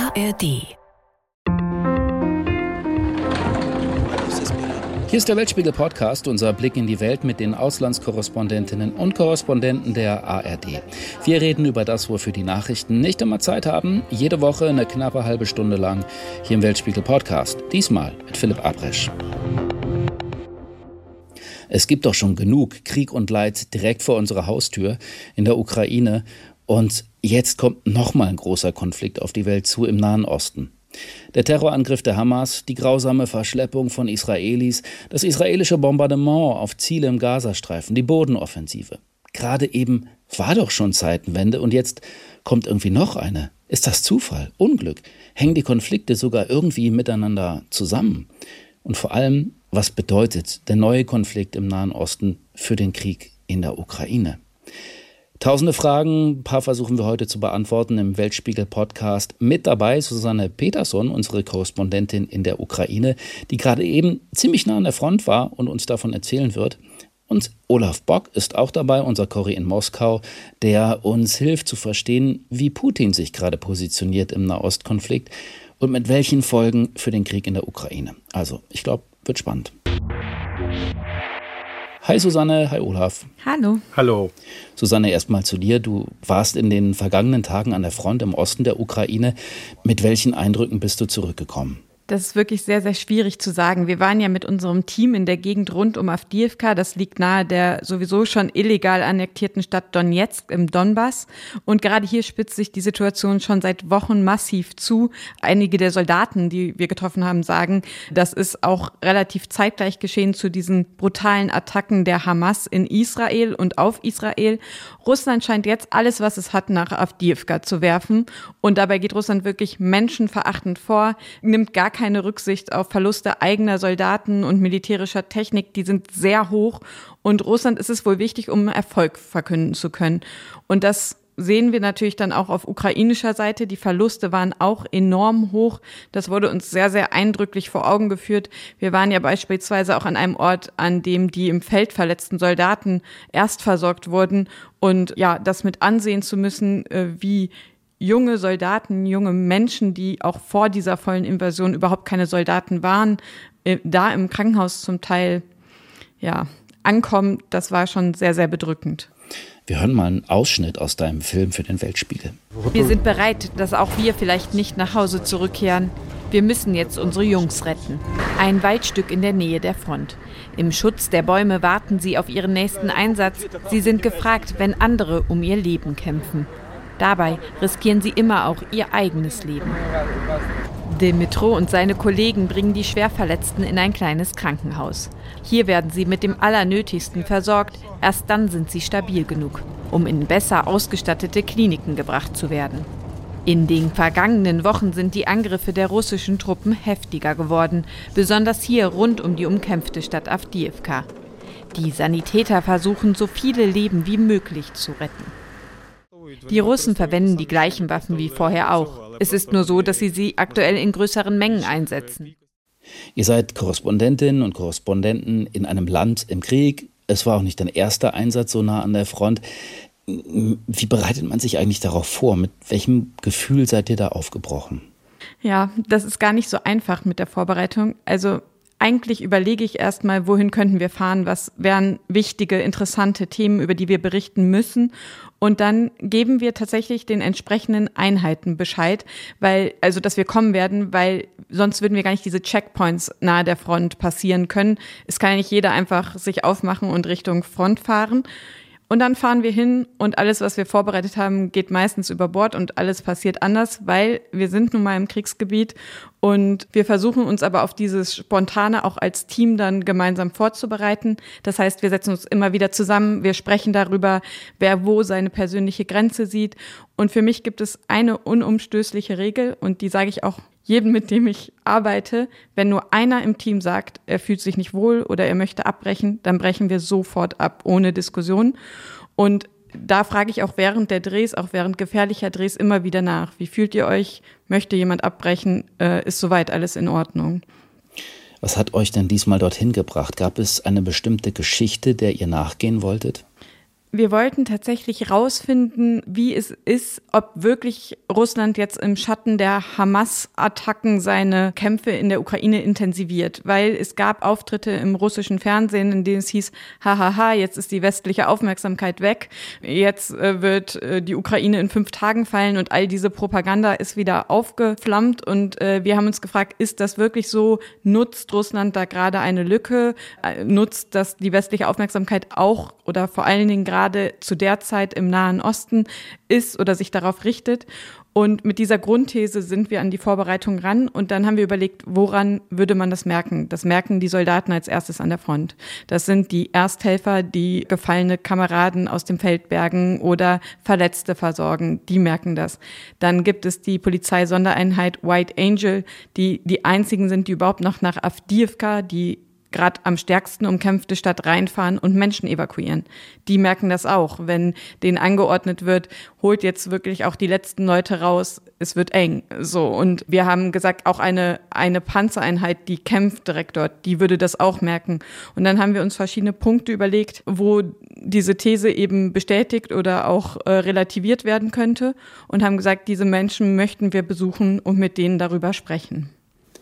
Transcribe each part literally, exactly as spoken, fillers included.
A R D. Hier ist der Weltspiegel-Podcast, unser Blick in die Welt mit den Auslandskorrespondentinnen und Korrespondenten der A R D. Wir reden über das, wofür die Nachrichten nicht immer Zeit haben. Jede Woche eine knappe halbe Stunde lang hier im Weltspiegel-Podcast. Diesmal mit Philipp Abresch. Es gibt doch schon genug Krieg und Leid direkt vor unserer Haustür in der Ukraine. Und jetzt kommt nochmal ein großer Konflikt auf die Welt zu im Nahen Osten. Der Terrorangriff der Hamas, die grausame Verschleppung von Israelis, das israelische Bombardement auf Ziele im Gazastreifen, die Bodenoffensive. Gerade eben war doch schon Zeitenwende und jetzt kommt irgendwie noch eine. Ist das Zufall? Unglück? Hängen die Konflikte sogar irgendwie miteinander zusammen? Und vor allem, was bedeutet der neue Konflikt im Nahen Osten für den Krieg in der Ukraine? Tausende Fragen, ein paar versuchen wir heute zu beantworten im Weltspiegel-Podcast. Mit dabei Susanne Peterson, unsere Korrespondentin in der Ukraine, die gerade eben ziemlich nah an der Front war und uns davon erzählen wird. Und Olaf Bock ist auch dabei, unser Korri in Moskau, der uns hilft zu verstehen, wie Putin sich gerade positioniert im Nahostkonflikt und mit welchen Folgen für den Krieg in der Ukraine. Also, ich glaube, wird spannend. Hi Susanne, hi Olaf. Hallo. Hallo. Susanne, erstmal zu dir. Du warst in den vergangenen Tagen an der Front im Osten der Ukraine. Mit welchen Eindrücken bist du zurückgekommen? Das ist wirklich sehr, sehr schwierig zu sagen. Wir waren ja mit unserem Team in der Gegend rund um Awdijiwka. Das liegt nahe der sowieso schon illegal annektierten Stadt Donezk im Donbass. Und gerade hier spitzt sich die Situation schon seit Wochen massiv zu. Einige der Soldaten, die wir getroffen haben, sagen, das ist auch relativ zeitgleich geschehen zu diesen brutalen Attacken der Hamas in Israel und auf Israel. Russland scheint jetzt alles, was es hat, nach Awdijiwka zu werfen. Und dabei geht Russland wirklich menschenverachtend vor, nimmt gar keine Rücksicht auf Verluste eigener Soldaten und militärischer Technik. Die sind sehr hoch. Und Russland ist es wohl wichtig, um Erfolg verkünden zu können. Und das sehen wir natürlich dann auch auf ukrainischer Seite. Die Verluste waren auch enorm hoch. Das wurde uns sehr, sehr eindrücklich vor Augen geführt. Wir waren ja beispielsweise auch an einem Ort, an dem die im Feld verletzten Soldaten erst versorgt wurden. Und ja, das mit ansehen zu müssen, wie junge Soldaten, junge Menschen, die auch vor dieser vollen Invasion überhaupt keine Soldaten waren, da im Krankenhaus zum Teil ja, ankommen, das war schon sehr, sehr bedrückend. Wir hören mal einen Ausschnitt aus deinem Film für den Weltspiegel. Wir sind bereit, dass auch wir vielleicht nicht nach Hause zurückkehren. Wir müssen jetzt unsere Jungs retten. Ein Waldstück in der Nähe der Front. Im Schutz der Bäume warten sie auf ihren nächsten Einsatz. Sie sind gefragt, wenn andere um ihr Leben kämpfen. Dabei riskieren sie immer auch ihr eigenes Leben. Dmytro und seine Kollegen bringen die Schwerverletzten in ein kleines Krankenhaus. Hier werden sie mit dem Allernötigsten versorgt. Erst dann sind sie stabil genug, um in besser ausgestattete Kliniken gebracht zu werden. In den vergangenen Wochen sind die Angriffe der russischen Truppen heftiger geworden, besonders hier rund um die umkämpfte Stadt Awdijiwka. Die Sanitäter versuchen, so viele Leben wie möglich zu retten. Die Russen verwenden die gleichen Waffen wie vorher auch. Es ist nur so, dass sie sie aktuell in größeren Mengen einsetzen. Ihr seid Korrespondentinnen und Korrespondenten in einem Land im Krieg. Es war auch nicht dein erster Einsatz so nah an der Front. Wie bereitet man sich eigentlich darauf vor? Mit welchem Gefühl seid ihr da aufgebrochen? Ja, das ist gar nicht so einfach mit der Vorbereitung. Also eigentlich überlege ich erstmal, wohin könnten wir fahren, was wären wichtige, interessante Themen, über die wir berichten müssen. Und dann geben wir tatsächlich den entsprechenden Einheiten Bescheid, weil, also, dass wir kommen werden, weil sonst würden wir gar nicht diese Checkpoints nahe der Front passieren können. Es kann ja nicht jeder einfach sich aufmachen und Richtung Front fahren. Und dann fahren wir hin und alles, was wir vorbereitet haben, geht meistens über Bord und alles passiert anders, weil wir sind nun mal im Kriegsgebiet und wir versuchen uns aber auf dieses Spontane auch als Team dann gemeinsam vorzubereiten. Das heißt, wir setzen uns immer wieder zusammen, wir sprechen darüber, wer wo seine persönliche Grenze sieht. Und für mich gibt es eine unumstößliche Regel und die sage ich auch jedem, mit dem ich arbeite. Wenn nur einer im Team sagt, er fühlt sich nicht wohl oder er möchte abbrechen, dann brechen wir sofort ab, ohne Diskussion. Und da frage ich auch während der Drehs, auch während gefährlicher Drehs immer wieder nach. Wie fühlt ihr euch? Möchte jemand abbrechen? Äh, ist soweit alles in Ordnung? Was hat euch denn diesmal dorthin gebracht? Gab es eine bestimmte Geschichte, der ihr nachgehen wolltet? Wir wollten tatsächlich rausfinden, wie es ist, ob wirklich Russland jetzt im Schatten der Hamas-Attacken seine Kämpfe in der Ukraine intensiviert. Weil es gab Auftritte im russischen Fernsehen, in denen es hieß, hahaha, jetzt ist die westliche Aufmerksamkeit weg, jetzt äh, wird äh, die Ukraine in fünf Tagen fallen und all diese Propaganda ist wieder aufgeflammt. Und äh, wir haben uns gefragt, ist das wirklich so? Nutzt Russland da gerade eine Lücke? Äh, nutzt das die westliche Aufmerksamkeit auch oder vor allen Dingen gerade gerade zu der Zeit im Nahen Osten ist oder sich darauf richtet. Und mit dieser Grundthese sind wir an die Vorbereitung ran und dann haben wir überlegt, woran würde man das merken? Das merken die Soldaten als erstes an der Front. Das sind die Ersthelfer, die gefallene Kameraden aus dem Feld bergen oder Verletzte versorgen, die merken das. Dann gibt es die Polizeisondereinheit White Angel, die die einzigen sind, die überhaupt noch nach Awdijiwka, die gerade am stärksten umkämpfte Stadt reinfahren und Menschen evakuieren. Die merken das auch, wenn denen angeordnet wird, holt jetzt wirklich auch die letzten Leute raus, es wird eng. So, und wir haben gesagt, auch eine eine Panzereinheit, die kämpft direkt dort, die würde das auch merken. Und dann haben wir uns verschiedene Punkte überlegt, wo diese These eben bestätigt oder auch äh, relativiert werden könnte und haben gesagt, diese Menschen möchten wir besuchen und mit denen darüber sprechen.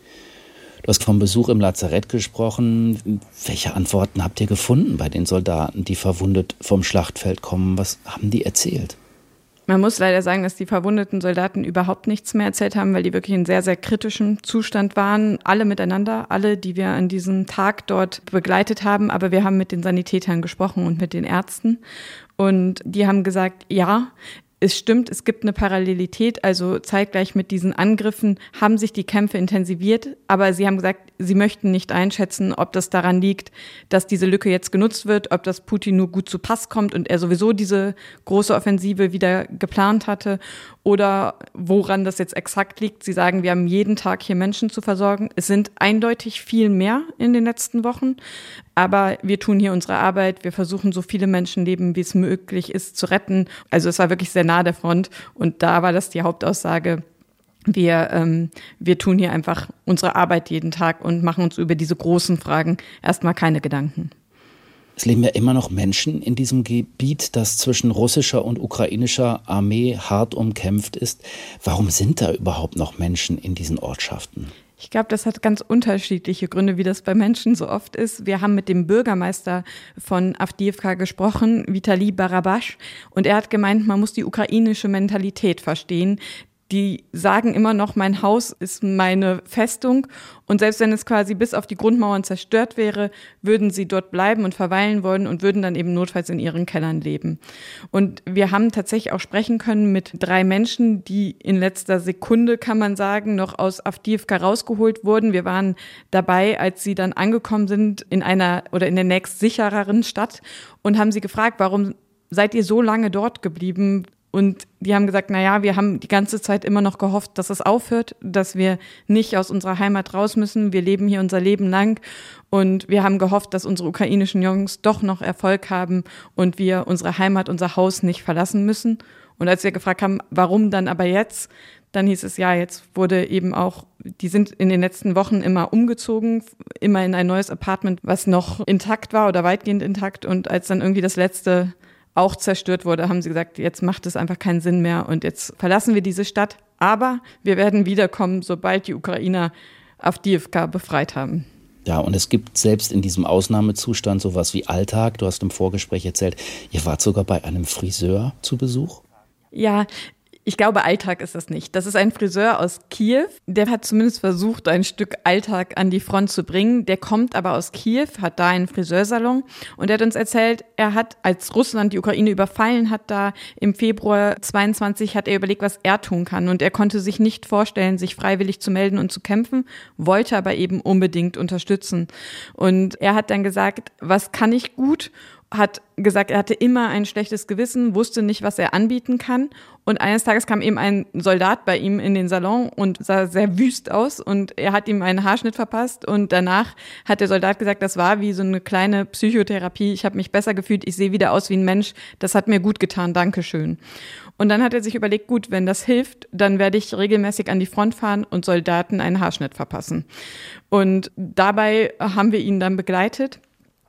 Du hast vom Besuch im Lazarett gesprochen. Welche Antworten habt ihr gefunden bei den Soldaten, die verwundet vom Schlachtfeld kommen? Was haben die erzählt? Man muss leider sagen, dass die verwundeten Soldaten überhaupt nichts mehr erzählt haben, weil die wirklich in sehr, sehr kritischem Zustand waren. Alle miteinander, alle, die wir an diesem Tag dort begleitet haben. Aber wir haben mit den Sanitätern gesprochen und mit den Ärzten. Und die haben gesagt, ja, es stimmt, es gibt eine Parallelität, also zeitgleich mit diesen Angriffen haben sich die Kämpfe intensiviert, aber sie haben gesagt, sie möchten nicht einschätzen, ob das daran liegt, dass diese Lücke jetzt genutzt wird, ob das Putin nur gut zu Pass kommt und er sowieso diese große Offensive wieder geplant hatte oder woran das jetzt exakt liegt. Sie sagen, wir haben jeden Tag hier Menschen zu versorgen. Es sind eindeutig viel mehr in den letzten Wochen, aber wir tun hier unsere Arbeit. Wir versuchen, so viele Menschenleben, wie es möglich ist, zu retten. Also es war wirklich sehr nah der Front und da war das die Hauptaussage. Wir, ähm, wir tun hier einfach unsere Arbeit jeden Tag und machen uns über diese großen Fragen erstmal keine Gedanken. Es leben ja immer noch Menschen in diesem Gebiet, das zwischen russischer und ukrainischer Armee hart umkämpft ist. Warum sind da überhaupt noch Menschen in diesen Ortschaften? Ich glaube, das hat ganz unterschiedliche Gründe, wie das bei Menschen so oft ist. Wir haben mit dem Bürgermeister von Awdijiwka gesprochen, Vitali Barabash, und er hat gemeint, man muss die ukrainische Mentalität verstehen. Die sagen immer noch, mein Haus ist meine Festung und selbst wenn es quasi bis auf die Grundmauern zerstört wäre, würden sie dort bleiben und verweilen wollen und würden dann eben notfalls in ihren Kellern leben. Und wir haben tatsächlich auch sprechen können mit drei Menschen, die in letzter Sekunde, kann man sagen, noch aus Awdijiwka rausgeholt wurden. Wir waren dabei, als sie dann angekommen sind in einer oder in der nächst sichereren Stadt und haben sie gefragt, warum seid ihr so lange dort geblieben? Und die haben gesagt, na ja, wir haben die ganze Zeit immer noch gehofft, dass es aufhört, dass wir nicht aus unserer Heimat raus müssen. Wir leben hier unser Leben lang und wir haben gehofft, dass unsere ukrainischen Jungs doch noch Erfolg haben und wir unsere Heimat, unser Haus nicht verlassen müssen. Und als wir gefragt haben, warum dann aber jetzt, dann hieß es, ja, jetzt wurde eben auch, die sind in den letzten Wochen immer umgezogen, immer in ein neues Apartment, was noch intakt war oder weitgehend intakt. Und als dann irgendwie das letzte auch zerstört wurde, haben sie gesagt, jetzt macht es einfach keinen Sinn mehr und jetzt verlassen wir diese Stadt. Aber wir werden wiederkommen, sobald die Ukrainer Awdijiwka befreit haben. Ja, und es gibt selbst in diesem Ausnahmezustand sowas wie Alltag. Du hast im Vorgespräch erzählt, ihr wart sogar bei einem Friseur zu Besuch. Ja, ich glaube, Alltag ist das nicht. Das ist ein Friseur aus Kiew. Der hat zumindest versucht, ein Stück Alltag an die Front zu bringen. Der kommt aber aus Kiew, hat da einen Friseursalon. Und er hat uns erzählt, er hat, als Russland die Ukraine überfallen hat, da im Februar zweiundzwanzig, hat er überlegt, was er tun kann. Und er konnte sich nicht vorstellen, sich freiwillig zu melden und zu kämpfen, wollte aber eben unbedingt unterstützen. Und er hat dann gesagt, was kann ich gut? Hat gesagt, er hatte immer ein schlechtes Gewissen, wusste nicht, was er anbieten kann. Und eines Tages kam eben ein Soldat bei ihm in den Salon und sah sehr wüst aus und er hat ihm einen Haarschnitt verpasst. Und danach hat der Soldat gesagt, das war wie so eine kleine Psychotherapie. Ich habe mich besser gefühlt, ich sehe wieder aus wie ein Mensch. Das hat mir gut getan, Dankeschön. Und dann hat er sich überlegt, gut, wenn das hilft, dann werde ich regelmäßig an die Front fahren und Soldaten einen Haarschnitt verpassen. Und dabei haben wir ihn dann begleitet.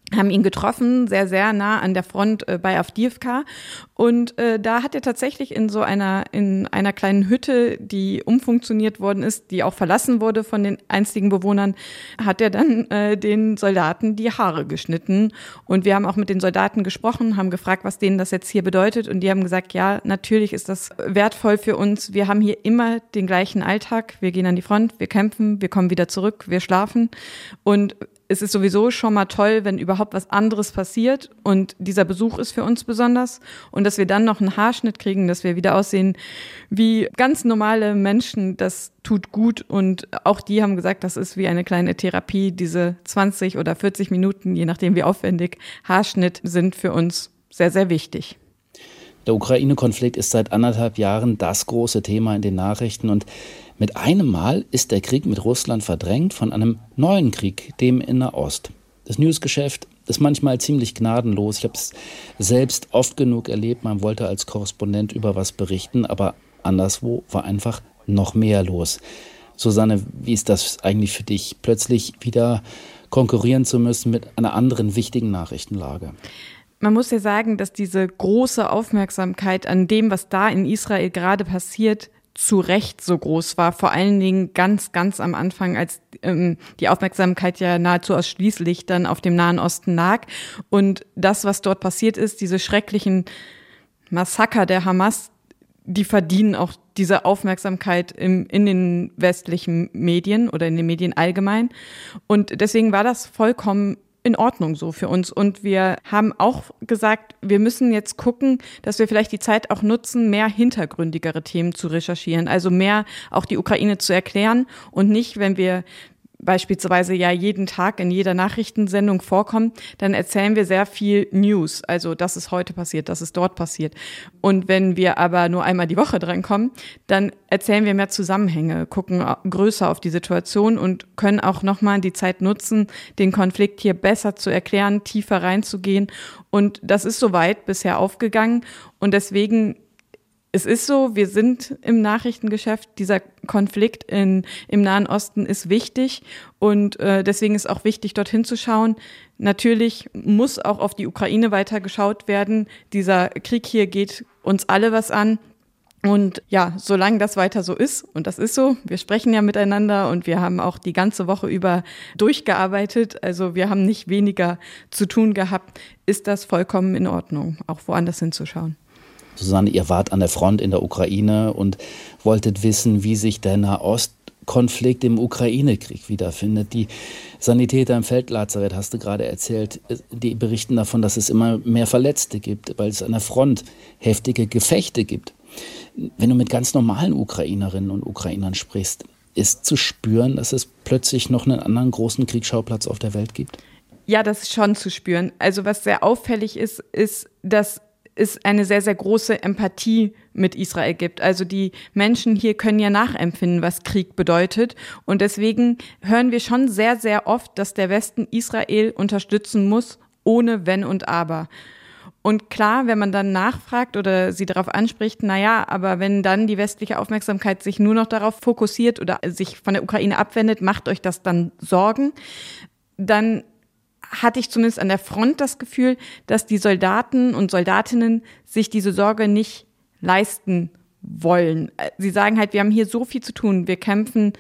haben ihn getroffen, sehr, sehr nah an der Front äh, bei Awdijiwka. Und äh, da hat er tatsächlich in so einer, in einer kleinen Hütte, die umfunktioniert worden ist, die auch verlassen wurde von den einstigen Bewohnern, hat er dann äh, den Soldaten die Haare geschnitten. Und wir haben auch mit den Soldaten gesprochen, haben gefragt, was denen das jetzt hier bedeutet. Und die haben gesagt, ja, natürlich ist das wertvoll für uns. Wir haben hier immer den gleichen Alltag. Wir gehen an die Front, wir kämpfen, wir kommen wieder zurück, wir schlafen. Und es ist sowieso schon mal toll, wenn überhaupt was anderes passiert und dieser Besuch ist für uns besonders und dass wir dann noch einen Haarschnitt kriegen, dass wir wieder aussehen wie ganz normale Menschen, das tut gut und auch die haben gesagt, das ist wie eine kleine Therapie, diese zwanzig oder vierzig Minuten, je nachdem wie aufwendig, Haarschnitt sind für uns sehr, sehr wichtig. Der Ukraine-Konflikt ist seit anderthalb Jahren das große Thema in den Nachrichten und mit einem Mal ist der Krieg mit Russland verdrängt von einem neuen Krieg, dem in Nahost. Das Newsgeschäft ist manchmal ziemlich gnadenlos. Ich habe es selbst oft genug erlebt. Man wollte als Korrespondent über was berichten, aber anderswo war einfach noch mehr los. Susanne, wie ist das eigentlich für dich, plötzlich wieder konkurrieren zu müssen mit einer anderen wichtigen Nachrichtenlage? Man muss ja sagen, dass diese große Aufmerksamkeit an dem, was da in Israel gerade passiert, zu Recht so groß war. Vor allen Dingen ganz, ganz am Anfang, als ähm, die Aufmerksamkeit ja nahezu ausschließlich dann auf dem Nahen Osten lag. Und das, was dort passiert ist, diese schrecklichen Massaker der Hamas, die verdienen auch diese Aufmerksamkeit im, in den westlichen Medien oder in den Medien allgemein. Und deswegen war das vollkommen in Ordnung so für uns. Und wir haben auch gesagt, wir müssen jetzt gucken, dass wir vielleicht die Zeit auch nutzen, mehr hintergründigere Themen zu recherchieren, also mehr auch die Ukraine zu erklären und nicht, wenn wir beispielsweise ja jeden Tag in jeder Nachrichtensendung vorkommen, dann erzählen wir sehr viel News, also das ist heute passiert, das ist dort passiert. Und wenn wir aber nur einmal die Woche drankommen, dann erzählen wir mehr Zusammenhänge, gucken größer auf die Situation und können auch nochmal die Zeit nutzen, den Konflikt hier besser zu erklären, tiefer reinzugehen. Und das ist soweit bisher aufgegangen und deswegen es ist so, wir sind im Nachrichtengeschäft, dieser Konflikt in, im Nahen Osten ist wichtig und äh, deswegen ist auch wichtig, dorthin zu schauen. Natürlich muss auch auf die Ukraine weiter geschaut werden. Dieser Krieg hier geht uns alle was an. Und ja, solange das weiter so ist, und das ist so, wir sprechen ja miteinander und wir haben auch die ganze Woche über durchgearbeitet, also wir haben nicht weniger zu tun gehabt, ist das vollkommen in Ordnung, auch woanders hinzuschauen. Susanne, ihr wart an der Front in der Ukraine und wolltet wissen, wie sich der Nahostkonflikt im Ukraine-Krieg wiederfindet. Die Sanitäter im Feldlazarett, hast du gerade erzählt, die berichten davon, dass es immer mehr Verletzte gibt, weil es an der Front heftige Gefechte gibt. Wenn du mit ganz normalen Ukrainerinnen und Ukrainern sprichst, ist zu spüren, dass es plötzlich noch einen anderen großen Kriegsschauplatz auf der Welt gibt? Ja, das ist schon zu spüren. Also was sehr auffällig ist, ist, dass es eine sehr, sehr große Empathie mit Israel gibt. Also die Menschen hier können ja nachempfinden, was Krieg bedeutet. Und deswegen hören wir schon sehr, sehr oft, dass der Westen Israel unterstützen muss, ohne Wenn und Aber. Und klar, wenn man dann nachfragt oder sie darauf anspricht, na ja, aber wenn dann die westliche Aufmerksamkeit sich nur noch darauf fokussiert oder sich von der Ukraine abwendet, macht euch das dann Sorgen, dann hatte ich zumindest an der Front das Gefühl, dass die Soldaten und Soldatinnen sich diese Sorge nicht leisten wollen. Sie sagen halt, wir haben hier so viel zu tun, wir kämpfen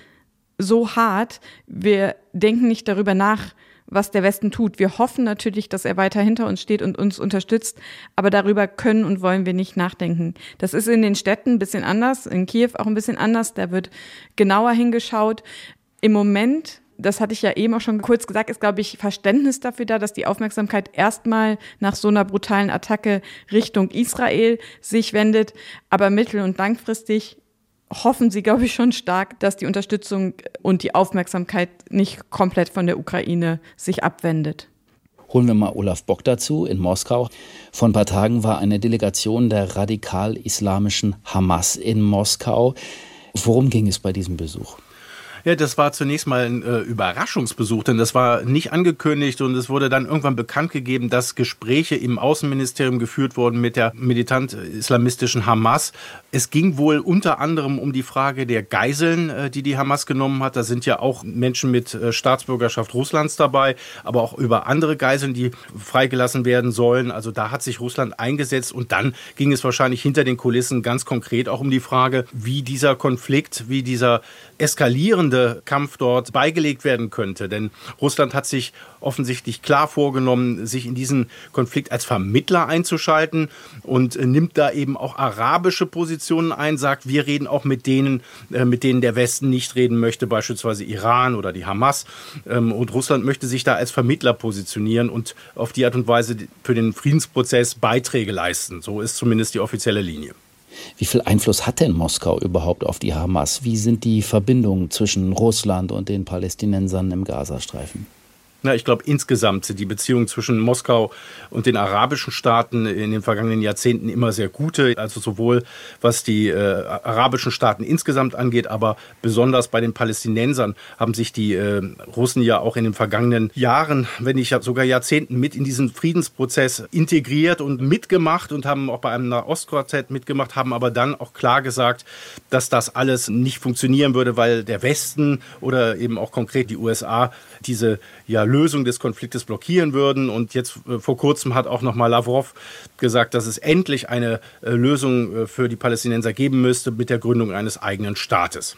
so hart, wir denken nicht darüber nach, was der Westen tut. Wir hoffen natürlich, dass er weiter hinter uns steht und uns unterstützt, aber darüber können und wollen wir nicht nachdenken. Das ist in den Städten ein bisschen anders, in Kiew auch ein bisschen anders, da wird genauer hingeschaut. Im Moment, das hatte ich ja eben auch schon kurz gesagt, ist, glaube ich, Verständnis dafür da, dass die Aufmerksamkeit erstmal nach so einer brutalen Attacke Richtung Israel sich wendet. Aber mittel- und langfristig hoffen sie, glaube ich, schon stark, dass die Unterstützung und die Aufmerksamkeit nicht komplett von der Ukraine sich abwendet. Holen wir mal Olaf Bock dazu in Moskau. Vor ein paar Tagen war eine Delegation der radikal-islamischen Hamas in Moskau. Worum ging es bei diesem Besuch? Ja, das war zunächst mal ein äh, Überraschungsbesuch, denn das war nicht angekündigt und es wurde dann irgendwann bekannt gegeben, dass Gespräche im Außenministerium geführt wurden mit der militant-islamistischen Hamas. Es ging wohl unter anderem um die Frage der Geiseln, äh, die die Hamas genommen hat. Da sind ja auch Menschen mit äh, Staatsbürgerschaft Russlands dabei, aber auch über andere Geiseln, die freigelassen werden sollen. Also da hat sich Russland eingesetzt und dann ging es wahrscheinlich hinter den Kulissen ganz konkret auch um die Frage, wie dieser Konflikt, wie dieser eskalierende Kampf dort beigelegt werden könnte. Denn Russland hat sich offensichtlich klar vorgenommen, sich in diesen Konflikt als Vermittler einzuschalten und nimmt da eben auch arabische Positionen ein, sagt, wir reden auch mit denen, mit denen der Westen nicht reden möchte, beispielsweise Iran oder die Hamas. Und Russland möchte sich da als Vermittler positionieren und auf die Art und Weise für den Friedensprozess Beiträge leisten. So ist zumindest die offizielle Linie. Wie viel Einfluss hat denn Moskau überhaupt auf die Hamas? Wie sind die Verbindungen zwischen Russland und den Palästinensern im Gazastreifen? Na, ich glaube, insgesamt sind die Beziehungen zwischen Moskau und den arabischen Staaten in den vergangenen Jahrzehnten immer sehr gute. Also sowohl was die äh, arabischen Staaten insgesamt angeht, aber besonders bei den Palästinensern haben sich die äh, Russen ja auch in den vergangenen Jahren, wenn nicht sogar Jahrzehnten, mit in diesen Friedensprozess integriert und mitgemacht und haben auch bei einem Nahostquartett mitgemacht, haben aber dann auch klar gesagt, dass das alles nicht funktionieren würde, weil der Westen oder eben auch konkret die U S A diese ja, Lösung des Konfliktes blockieren würden. Und jetzt äh, vor kurzem hat auch nochmal Lavrov gesagt, dass es endlich eine äh, Lösung äh, für die Palästinenser geben müsste mit der Gründung eines eigenen Staates.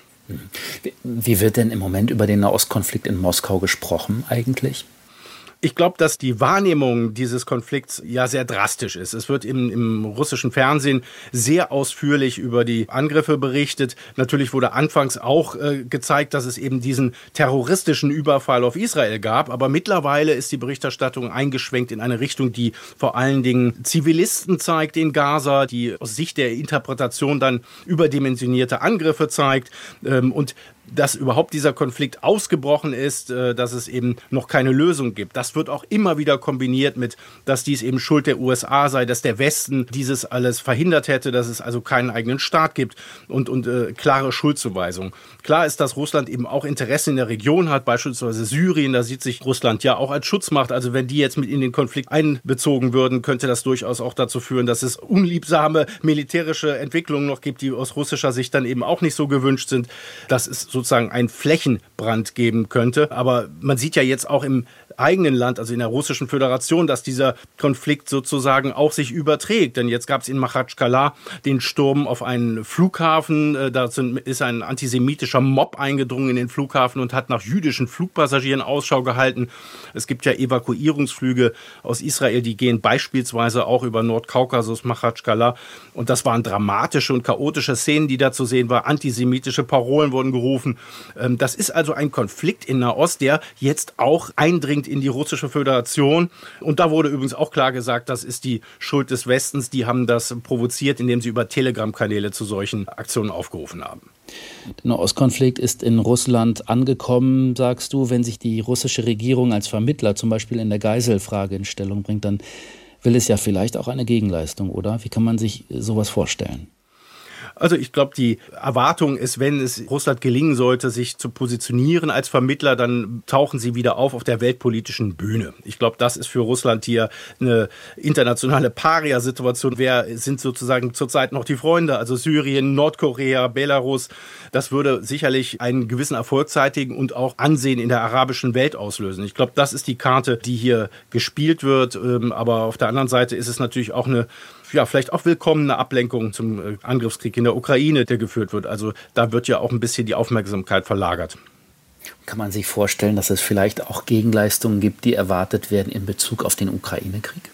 Wie wird denn im Moment über den Nahostkonflikt in Moskau gesprochen eigentlich? Ich glaube, dass die Wahrnehmung dieses Konflikts ja sehr drastisch ist. Es wird im, im russischen Fernsehen sehr ausführlich über die Angriffe berichtet. Natürlich wurde anfangs auch äh, gezeigt, dass es eben diesen terroristischen Überfall auf Israel gab. Aber mittlerweile ist die Berichterstattung eingeschwenkt in eine Richtung, die vor allen Dingen Zivilisten zeigt in Gaza, die aus Sicht der Interpretation dann überdimensionierte Angriffe zeigt. Ähm, und dass überhaupt dieser Konflikt ausgebrochen ist, dass es eben noch keine Lösung gibt. Das wird auch immer wieder kombiniert mit, dass dies eben Schuld der U S A sei, dass der Westen dieses alles verhindert hätte, dass es also keinen eigenen Staat gibt und, und äh, klare Schuldzuweisung. Klar ist, dass Russland eben auch Interesse in der Region hat, beispielsweise Syrien, da sieht sich Russland ja auch als Schutzmacht. Also wenn die jetzt mit in den Konflikt einbezogen würden, könnte das durchaus auch dazu führen, dass es unliebsame militärische Entwicklungen noch gibt, die aus russischer Sicht dann eben auch nicht so gewünscht sind. Das ist sozusagen einen Flächenbrand geben könnte. Aber man sieht ja jetzt auch im eigenen Land, also in der Russischen Föderation, dass dieser Konflikt sozusagen auch sich überträgt. Denn jetzt gab es in Machatschkala den Sturm auf einen Flughafen. Da ist ein antisemitischer Mob eingedrungen in den Flughafen und hat nach jüdischen Flugpassagieren Ausschau gehalten. Es gibt ja Evakuierungsflüge aus Israel, die gehen beispielsweise auch über Nordkaukasus, Machatschkala. Und das waren dramatische und chaotische Szenen, die da zu sehen waren. Antisemitische Parolen wurden gerufen. Das ist also ein Konflikt in Nahost, der jetzt auch eindringt in die Russische Föderation. Und da wurde übrigens auch klar gesagt, das ist die Schuld des Westens. Die haben das provoziert, indem sie über Telegram-Kanäle zu solchen Aktionen aufgerufen haben. Der Nahostkonflikt ist in Russland angekommen, sagst du. Wenn sich die russische Regierung als Vermittler zum Beispiel in der Geiselfrage in Stellung bringt, dann will es ja vielleicht auch eine Gegenleistung, oder? Wie kann man sich sowas vorstellen? Also ich glaube, die Erwartung ist, wenn es Russland gelingen sollte, sich zu positionieren als Vermittler, dann tauchen sie wieder auf auf der weltpolitischen Bühne. Ich glaube, das ist für Russland hier eine internationale Paria-Situation. Wer sind sozusagen zurzeit noch die Freunde? Also Syrien, Nordkorea, Belarus. Das würde sicherlich einen gewissen Erfolg zeitigen und auch Ansehen in der arabischen Welt auslösen. Ich glaube, das ist die Karte, die hier gespielt wird. Aber auf der anderen Seite ist es natürlich auch eine, ja, vielleicht auch willkommene Ablenkung zum Angriffskrieg in der Ukraine, der geführt wird. Also da wird ja auch ein bisschen die Aufmerksamkeit verlagert. Kann man sich vorstellen, dass es vielleicht auch Gegenleistungen gibt, die erwartet werden in Bezug auf den Ukraine-Krieg?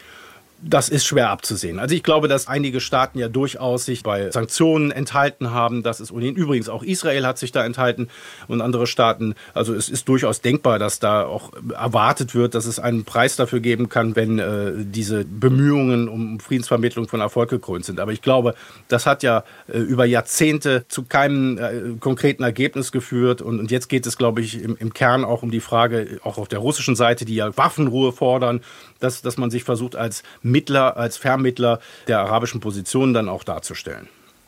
Das ist schwer abzusehen. Also ich glaube, dass einige Staaten ja durchaus sich bei Sanktionen enthalten haben. Das ist ohnehin übrigens auch Israel hat sich da enthalten und andere Staaten. Also es ist durchaus denkbar, dass da auch erwartet wird, dass es einen Preis dafür geben kann, wenn äh, diese Bemühungen um Friedensvermittlung von Erfolg gekrönt sind. Aber ich glaube, das hat ja äh, über Jahrzehnte zu keinem äh, konkreten Ergebnis geführt. Und, und jetzt geht es, glaube ich, im, im Kern auch um die Frage, auch auf der russischen Seite, die ja Waffenruhe fordern, dass, dass man sich versucht, als Mittler, als Vermittler der arabischen Positionen dann auch darzustellen.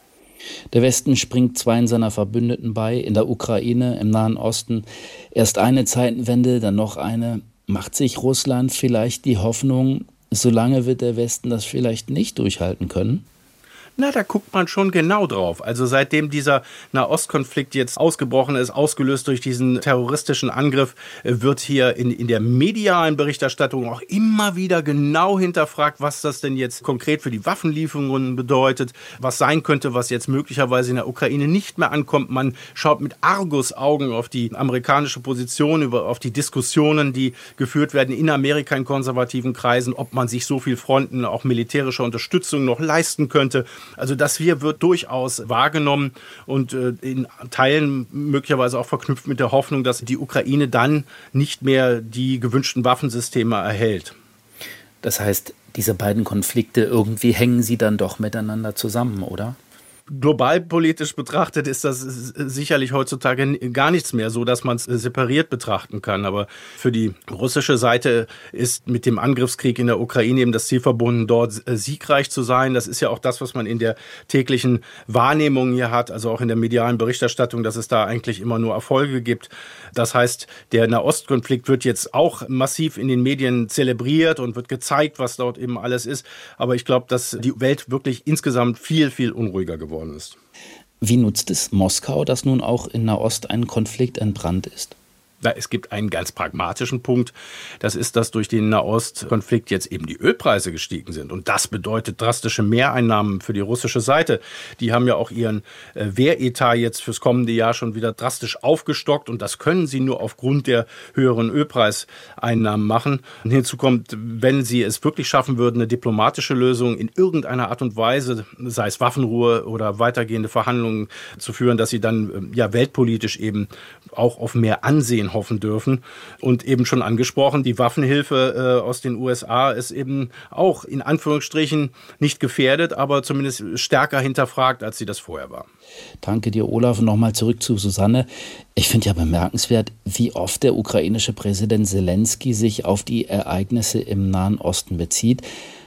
Der Westen springt zweien seiner Verbündeten bei, in der Ukraine, im Nahen Osten. Erst eine Zeitenwende, dann noch eine. Macht sich Russland vielleicht die Hoffnung, solange wird der Westen das vielleicht nicht durchhalten können? Na, da guckt man schon genau drauf. Also seitdem dieser Nahostkonflikt jetzt ausgebrochen ist, ausgelöst durch diesen terroristischen Angriff, wird hier in, in der medialen Berichterstattung auch immer wieder genau hinterfragt, was das denn jetzt konkret für die Waffenlieferungen bedeutet, was sein könnte, was jetzt möglicherweise in der Ukraine nicht mehr ankommt. Man schaut mit Argusaugen auf die amerikanische Position, über, auf die Diskussionen, die geführt werden in Amerika in konservativen Kreisen, ob man sich so viel Fronten, auch militärischer Unterstützung noch leisten könnte. Also das hier wird durchaus wahrgenommen und äh, in Teilen möglicherweise auch verknüpft mit der Hoffnung, dass die Ukraine dann nicht mehr die gewünschten Waffensysteme erhält. Das heißt, diese beiden Konflikte, irgendwie hängen sie dann doch miteinander zusammen, oder? Globalpolitisch betrachtet ist das sicherlich heutzutage gar nichts mehr so, dass man es separiert betrachten kann. Aber für die russische Seite ist mit dem Angriffskrieg in der Ukraine eben das Ziel verbunden, dort siegreich zu sein. Das ist ja auch das, was man in der täglichen Wahrnehmung hier hat, also auch in der medialen Berichterstattung, dass es da eigentlich immer nur Erfolge gibt. Das heißt, der Nahostkonflikt wird jetzt auch massiv in den Medien zelebriert und wird gezeigt, was dort eben alles ist. Aber ich glaube, dass die Welt wirklich insgesamt viel, viel unruhiger geworden ist. Wie nutzt es Moskau, dass nun auch in Nahost ein Konflikt entbrannt ist? Na, es gibt einen ganz pragmatischen Punkt. Das ist, dass durch den Nahostkonflikt jetzt eben die Ölpreise gestiegen sind. Und das bedeutet drastische Mehreinnahmen für die russische Seite. Die haben ja auch ihren äh, Wehretat jetzt fürs kommende Jahr schon wieder drastisch aufgestockt. Und das können sie nur aufgrund der höheren Ölpreiseinnahmen machen. Und hinzu kommt, wenn sie es wirklich schaffen würden, eine diplomatische Lösung in irgendeiner Art und Weise, sei es Waffenruhe oder weitergehende Verhandlungen zu führen, dass sie dann äh, ja weltpolitisch eben auch auf mehr Ansehen hoffen dürfen. Und eben schon angesprochen, die Waffenhilfe äh, aus den U S A ist eben auch in Anführungsstrichen nicht gefährdet, aber zumindest stärker hinterfragt, als sie das vorher war. Danke dir, Olaf. Und nochmal zurück zu Susanne. Ich finde ja bemerkenswert, wie oft der ukrainische Präsident Zelensky sich auf die Ereignisse im Nahen Osten bezieht.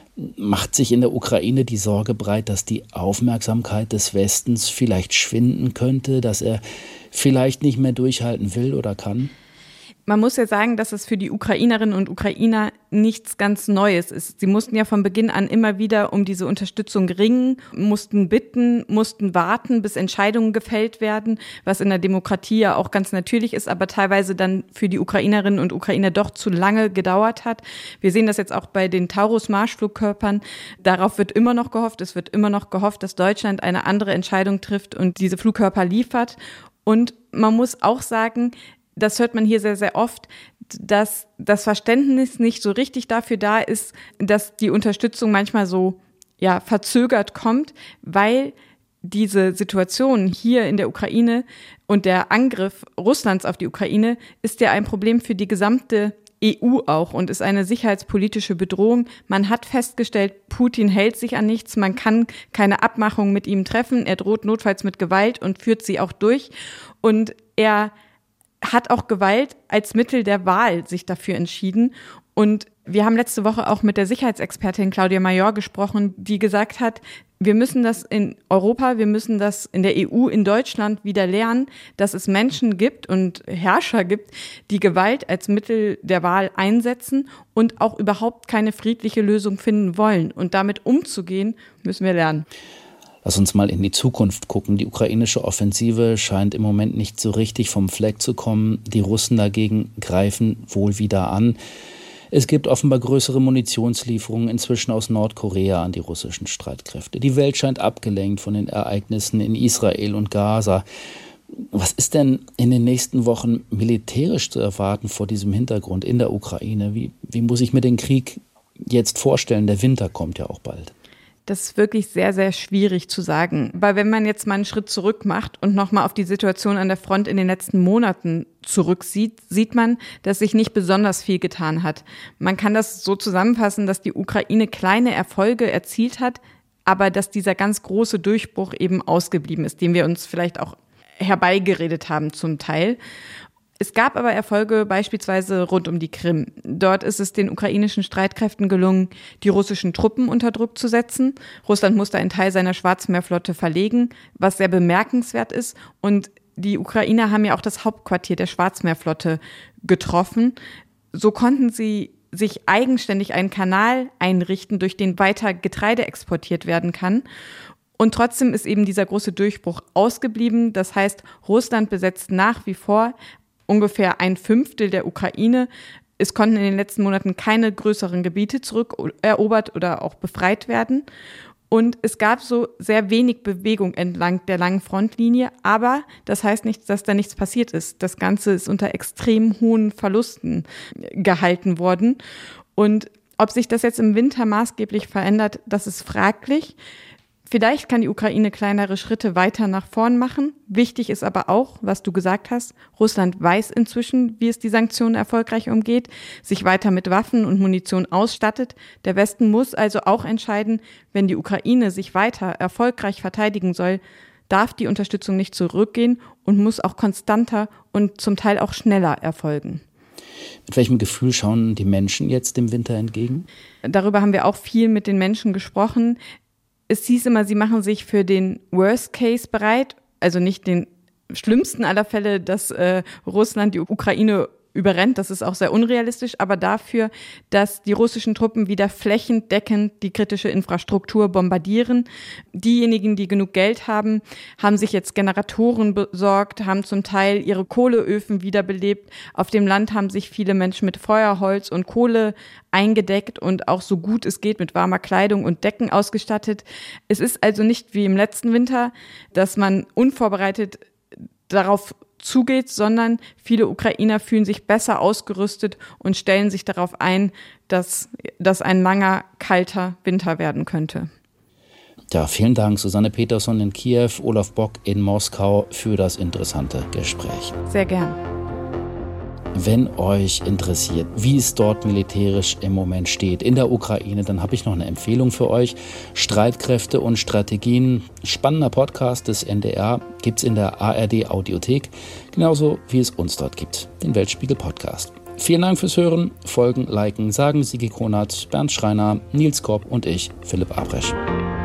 Macht sich in der Ukraine die Sorge breit, dass die Aufmerksamkeit des Westens vielleicht schwinden könnte, dass er vielleicht nicht mehr durchhalten will oder kann? Man muss ja sagen, dass es für die Ukrainerinnen und Ukrainer nichts ganz Neues ist. Sie mussten ja von Beginn an immer wieder um diese Unterstützung ringen, mussten bitten, mussten warten, bis Entscheidungen gefällt werden, was in der Demokratie ja auch ganz natürlich ist, aber teilweise dann für die Ukrainerinnen und Ukrainer doch zu lange gedauert hat. Wir sehen das jetzt auch bei den Taurus-Marschflugkörpern. Darauf wird immer noch gehofft. Es wird immer noch gehofft, dass Deutschland eine andere Entscheidung trifft und diese Flugkörper liefert. Und man muss auch sagen, das hört man hier sehr, sehr oft, dass das Verständnis nicht so richtig dafür da ist, dass die Unterstützung manchmal so ja verzögert kommt, weil diese Situation hier in der Ukraine und der Angriff Russlands auf die Ukraine ist ja ein Problem für die gesamte E U auch und ist eine sicherheitspolitische Bedrohung. Man hat festgestellt, Putin hält sich an nichts, man kann keine Abmachung mit ihm treffen, er droht notfalls mit Gewalt und führt sie auch durch. Und er hat auch Gewalt als Mittel der Wahl sich dafür entschieden. Und wir haben letzte Woche auch mit der Sicherheitsexpertin Claudia Major gesprochen, die gesagt hat, wir müssen das in Europa, wir müssen das in der E U, in Deutschland wieder lernen, dass es Menschen gibt und Herrscher gibt, die Gewalt als Mittel der Wahl einsetzen und auch überhaupt keine friedliche Lösung finden wollen. Und damit umzugehen, müssen wir lernen. Lass uns mal in die Zukunft gucken. Die ukrainische Offensive scheint im Moment nicht so richtig vom Fleck zu kommen. Die Russen dagegen greifen wohl wieder an. Es gibt offenbar größere Munitionslieferungen inzwischen aus Nordkorea an die russischen Streitkräfte. Die Welt scheint abgelenkt von den Ereignissen in Israel und Gaza. Was ist denn in den nächsten Wochen militärisch zu erwarten vor diesem Hintergrund in der Ukraine? Wie, wie muss ich mir den Krieg jetzt vorstellen? Der Winter kommt ja auch bald. Das ist wirklich sehr, sehr schwierig zu sagen. Weil wenn man jetzt mal einen Schritt zurück macht und nochmal auf die Situation an der Front in den letzten Monaten zurücksieht, sieht man, dass sich nicht besonders viel getan hat. Man kann das so zusammenfassen, dass die Ukraine kleine Erfolge erzielt hat, aber dass dieser ganz große Durchbruch eben ausgeblieben ist, den wir uns vielleicht auch herbeigeredet haben zum Teil. Es gab aber Erfolge beispielsweise rund um die Krim. Dort ist es den ukrainischen Streitkräften gelungen, die russischen Truppen unter Druck zu setzen. Russland musste einen Teil seiner Schwarzmeerflotte verlegen, was sehr bemerkenswert ist. Und die Ukrainer haben ja auch das Hauptquartier der Schwarzmeerflotte getroffen. So konnten sie sich eigenständig einen Kanal einrichten, durch den weiter Getreide exportiert werden kann. Und trotzdem ist eben dieser große Durchbruch ausgeblieben. Das heißt, Russland besetzt nach wie vor ungefähr ein Fünftel der Ukraine. Es konnten in den letzten Monaten keine größeren Gebiete zurückerobert oder auch befreit werden. Und es gab so sehr wenig Bewegung entlang der langen Frontlinie. Aber das heißt nicht, dass da nichts passiert ist. Das Ganze ist unter extrem hohen Verlusten gehalten worden. Und ob sich das jetzt im Winter maßgeblich verändert, das ist fraglich. Vielleicht kann die Ukraine kleinere Schritte weiter nach vorn machen. Wichtig ist aber auch, was du gesagt hast, Russland weiß inzwischen, wie es die Sanktionen erfolgreich umgeht, sich weiter mit Waffen und Munition ausstattet. Der Westen muss also auch entscheiden, wenn die Ukraine sich weiter erfolgreich verteidigen soll, darf die Unterstützung nicht zurückgehen und muss auch konstanter und zum Teil auch schneller erfolgen. Mit welchem Gefühl schauen die Menschen jetzt dem Winter entgegen? Darüber haben wir auch viel mit den Menschen gesprochen. Es hieß immer, sie machen sich für den Worst Case bereit, also nicht den schlimmsten aller Fälle, dass äh, Russland die Ukraine überrennt, das ist auch sehr unrealistisch, aber dafür, dass die russischen Truppen wieder flächendeckend die kritische Infrastruktur bombardieren. Diejenigen, die genug Geld haben, haben sich jetzt Generatoren besorgt, haben zum Teil ihre Kohleöfen wiederbelebt. Auf dem Land haben sich viele Menschen mit Feuerholz und Kohle eingedeckt und auch so gut es geht mit warmer Kleidung und Decken ausgestattet. Es ist also nicht wie im letzten Winter, dass man unvorbereitet darauf zugeht, sondern viele Ukrainer fühlen sich besser ausgerüstet und stellen sich darauf ein, dass das ein langer, kalter Winter werden könnte. Ja, vielen Dank, Susanne Peterson in Kiew, Olaf Bock in Moskau für das interessante Gespräch. Sehr gern. Wenn euch interessiert, wie es dort militärisch im Moment steht in der Ukraine, dann habe ich noch eine Empfehlung für euch. Streitkräfte und Strategien, spannender Podcast des N D R, gibt es in der A R D-Audiothek, genauso wie es uns dort gibt, den Weltspiegel-Podcast. Vielen Dank fürs Hören, folgen, liken, sagen Sigi Kronert, Bernd Schreiner, Nils Kopp und ich, Philipp Abresch.